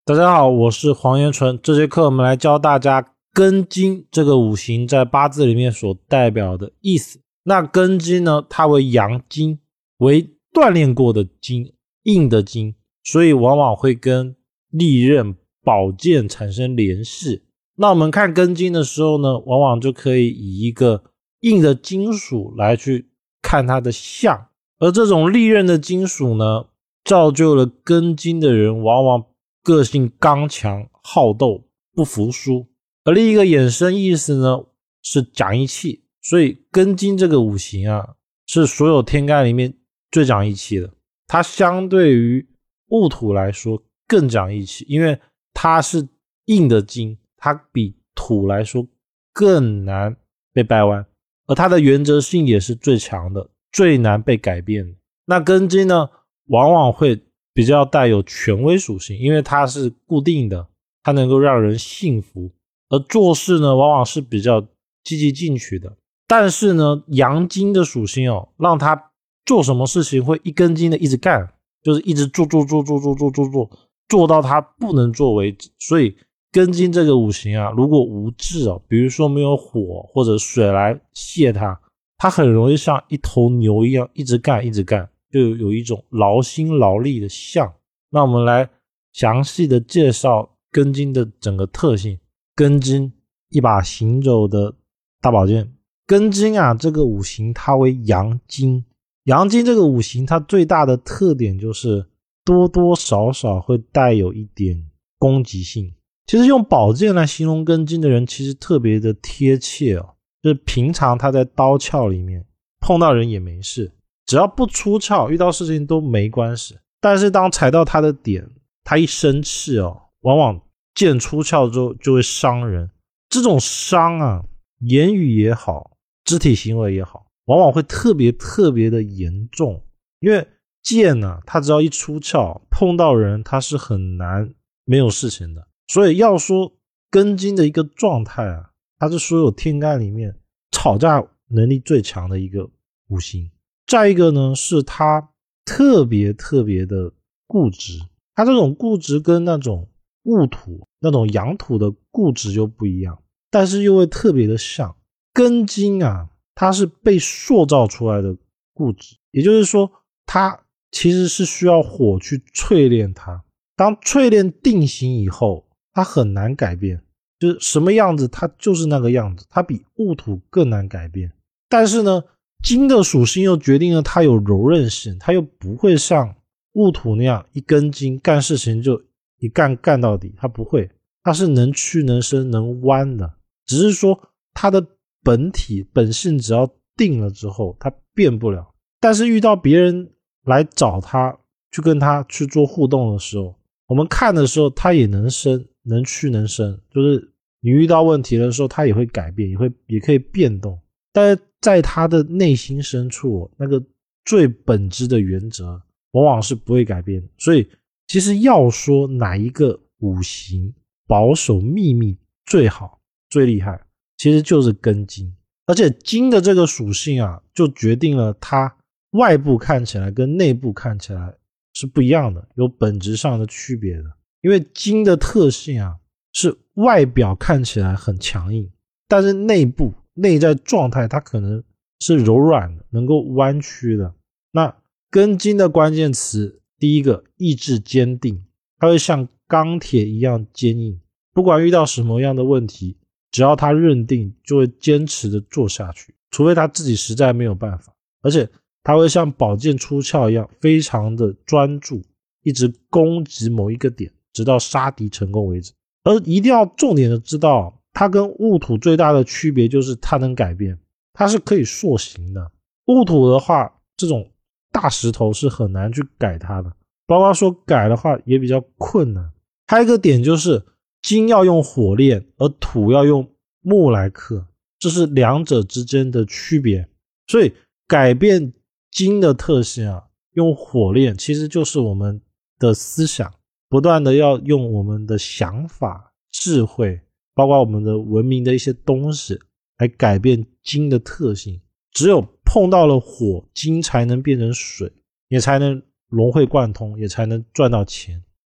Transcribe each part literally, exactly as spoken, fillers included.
大家好，我是黄元纯。这节课我们来教大家庚金这个五行在八字里面所代表的意思。那庚金呢，它为阳金，为锻炼过的金，硬的金，所以往往会跟利刃、宝剑产生联系。那我们看庚金的时候呢，往往就可以以一个硬的金属来去看它的象，而这种利刃的金属呢，造就了庚金的人往往个性刚强、好斗、不服输。而另一个衍生意思呢，是讲义气。所以庚金这个五行啊，是所有天干里面最讲义气的。它相对于戊土来说更讲义气，因为它是硬的金，它比土来说更难被掰弯，而它的原则性也是最强的，最难被改变的。那庚金呢，往往会比较带有权威属性，因为它是固定的，它能够让人信服，而做事呢，往往是比较积极进取的。但是呢，阳金的属性哦，让他做什么事情会一根筋的一直干，就是一直做做做做做做做做，做到他不能做为止。所以庚金这个五行啊，如果无志哦，比如说没有火或者水来泄它，它很容易像一头牛一样一直干一直干，就有一种劳心劳力的象。那我们来详细的介绍庚金的整个特性。庚金，一把行走的大宝剑。庚金啊，这个五行它为阳金，阳金这个五行它最大的特点就是多多少少会带有一点攻击性。其实用宝剑来形容庚金的人其实特别的贴切哦，就是平常他在刀鞘里面碰到人也没事，只要不出鞘，遇到事情都没关系。但是当踩到他的点，他一生气哦，往往剑出鞘之后就会伤人。这种伤啊，言语也好，肢体行为也好，往往会特别特别的严重。因为剑啊，它只要一出鞘，碰到人它是很难没有事情的。所以要说庚金的一个状态啊，它是所有天干里面吵架能力最强的一个五行。再一个呢，是它特别特别的固执，它这种固执跟那种戊土那种阳土的固执就不一样，但是又会特别的像。庚金啊，它是被塑造出来的固执，也就是说它其实是需要火去淬炼它，当淬炼定型以后，它很难改变，就是什么样子它就是那个样子，它比戊土更难改变。但是呢，金的属性又决定了它有柔韧性，它又不会像戊土那样一根筋干事情就一干干到底，它不会，它是能屈能伸能弯的，只是说它的本体本性只要定了之后它变不了。但是遇到别人来找他去跟他去做互动的时候，我们看的时候他也能伸能屈能伸，就是你遇到问题的时候他也会改变，也会也可以变动，但是在他的内心深处那个最本质的原则往往是不会改变。所以其实要说哪一个五行保守秘密最好最厉害，其实就是庚金。而且金的这个属性啊，就决定了它外部看起来跟内部看起来是不一样的，有本质上的区别的。因为金的特性啊，是外表看起来很强硬，但是内部内在状态它可能是柔软的，能够弯曲的。那庚金的关键词，第一个意志坚定，它会像钢铁一样坚硬，不管遇到什么样的问题，只要他认定就会坚持的做下去，除非他自己实在没有办法。而且他会像宝剑出鞘一样非常的专注，一直攻击某一个点，直到杀敌成功为止。而一定要重点的知道，它跟戊土最大的区别就是它能改变，它是可以塑形的。戊土的话，这种大石头是很难去改它的，包括说改的话也比较困难。还有一个点就是金要用火炼，而土要用木来克，这是两者之间的区别。所以改变金的特性啊，用火炼其实就是我们的思想，不断的要用我们的想法、智慧，包括我们的文明的一些东西来改变金的特性。只有碰到了火，金才能变成水，也才能融会贯通，也才能赚到钱。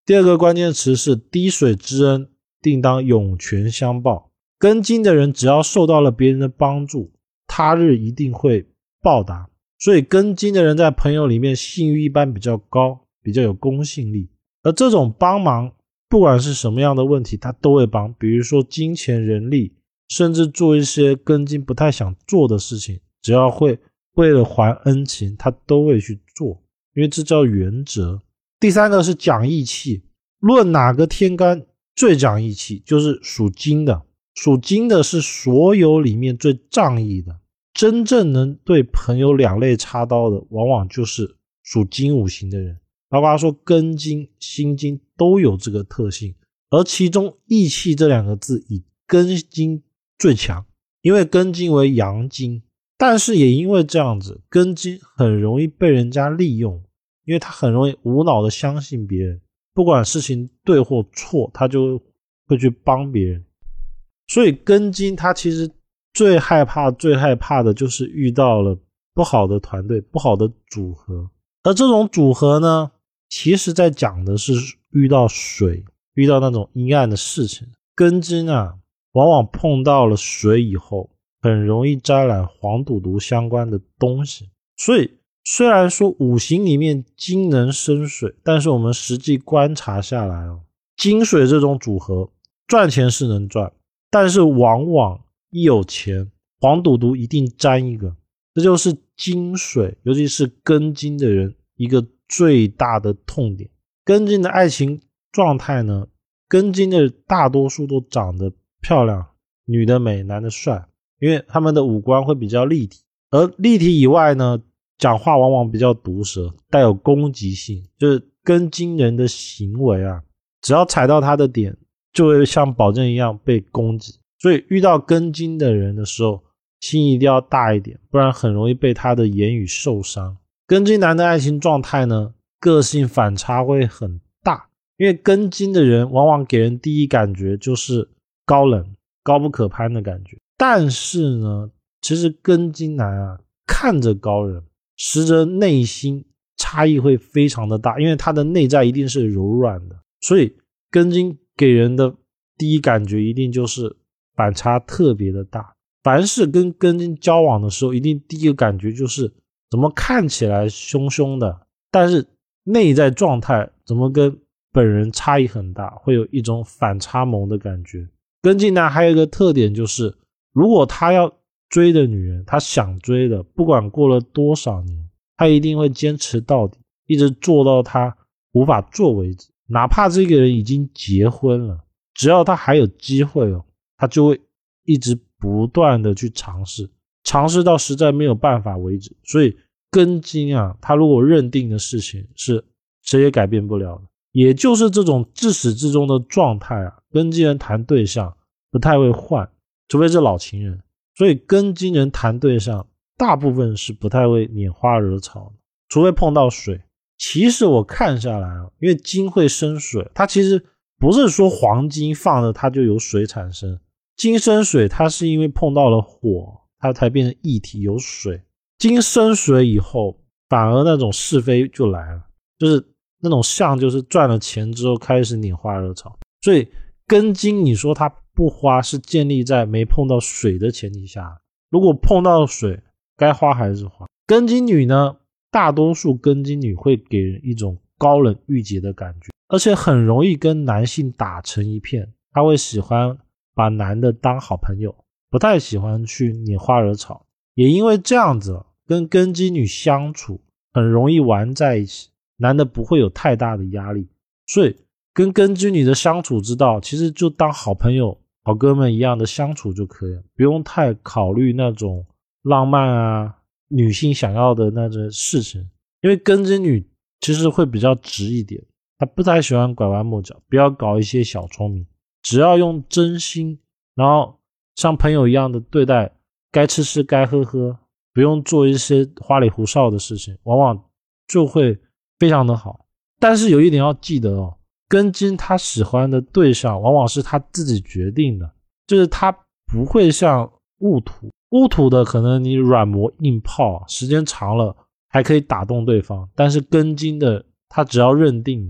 第二个关键词是滴水之恩定当涌泉相报。庚金的人只要受到了别人的帮助，他日一定会报答。所以庚金的人在朋友里面信誉一般比较高，比较有公信力。而这种帮忙不管是什么样的问题他都会帮，比如说金钱人力，甚至做一些庚金不太想做的事情，只要会为了还恩情他都会去做，因为这叫原则。第三个是讲义气，论哪个天干最讲义气，就是属金的。属金的是所有里面最仗义的，真正能对朋友两肋插刀的往往就是属金五行的人，包括说庚金、辛金都有这个特性。而其中义气这两个字以庚金最强，因为庚金为阳金，但是也因为这样子，庚金很容易被人家利用，因为他很容易无脑的相信别人，不管事情对或错他就会去帮别人。所以庚金他其实最害怕最害怕的就是遇到了不好的团队，不好的组合。而这种组合呢，其实在讲的是遇到水，遇到那种阴暗的事情。庚金啊往往碰到了水以后很容易沾染黄赌毒相关的东西。所以虽然说五行里面金能生水，但是我们实际观察下来哦，金水这种组合赚钱是能赚，但是往往一有钱黄赌毒一定沾一个，这就是金水尤其是庚金的人一个最大的痛点。庚金的爱情状态呢，庚金的大多数都长得漂亮，女的美男的帅，因为他们的五官会比较立体。而立体以外呢，讲话往往比较毒舌，带有攻击性，就是庚金人的行为啊，只要踩到他的点就会像宝剑一样被攻击。所以遇到庚金的人的时候心一定要大一点，不然很容易被他的言语受伤。庚金男的爱情状态呢，个性反差会很大，因为庚金的人往往给人第一感觉就是高冷高不可攀的感觉，但是呢其实庚金男啊看着高冷，实则内心差异会非常的大，因为他的内在一定是柔软的。所以庚金给人的第一感觉一定就是反差特别的大。凡是跟庚金交往的时候，一定第一个感觉就是怎么看起来凶凶的，但是内在状态怎么跟本人差异很大，会有一种反差萌的感觉。庚金男还有一个特点就是，如果他要追的女人，他想追的，不管过了多少年，他一定会坚持到底，一直做到他无法做为止。哪怕这个人已经结婚了，只要他还有机会哦，他就会一直不断的去尝试，尝试到实在没有办法为止。所以庚金啊，他如果认定的事情是谁也改变不了的，也就是这种自始至终的状态啊，庚金人谈对象不太会换，除非是老情人。所以庚金人谈对象大部分是不太会拈花惹草的，除非碰到水。其实我看下来啊，因为金会生水，它其实不是说黄金放了它就有水产生，金生水它是因为碰到了火它才变成液体有水。金生水以后反而那种是非就来了，就是那种像就是赚了钱之后开始拈花惹草。所以庚金你说它不花是建立在没碰到水的前提下，如果碰到水该花还是花。庚金女呢，大多数庚金女会给人一种高冷御姐的感觉，而且很容易跟男性打成一片，她会喜欢把男的当好朋友，不太喜欢去拈花惹草。也因为这样子跟庚金女相处很容易玩在一起，男的不会有太大的压力。所以跟庚金女的相处之道其实就当好朋友好哥们一样的相处就可以了，不用太考虑那种浪漫啊女性想要的那种事情。因为庚金女其实会比较直一点，她不太喜欢拐弯抹角，不要搞一些小聪明，只要用真心，然后像朋友一样的对待，该吃吃该喝喝，不用做一些花里胡哨的事情，往往就会非常的好。但是有一点要记得哦，庚金他喜欢的对象往往是他自己决定的，就是他不会像戊土，戊土的可能你软磨硬泡，时间长了还可以打动对方，但是庚金的他只要认定了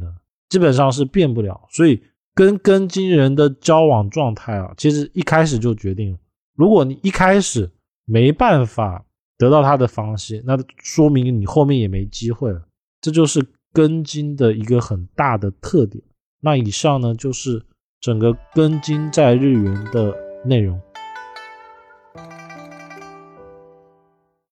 基本上是变不了。所以跟庚金人的交往状态啊，其实一开始就决定了，如果你一开始没办法得到他的芳心，那说明你后面也没机会了。这就是庚金的一个很大的特点。那以上呢就是整个庚金在日元的内容。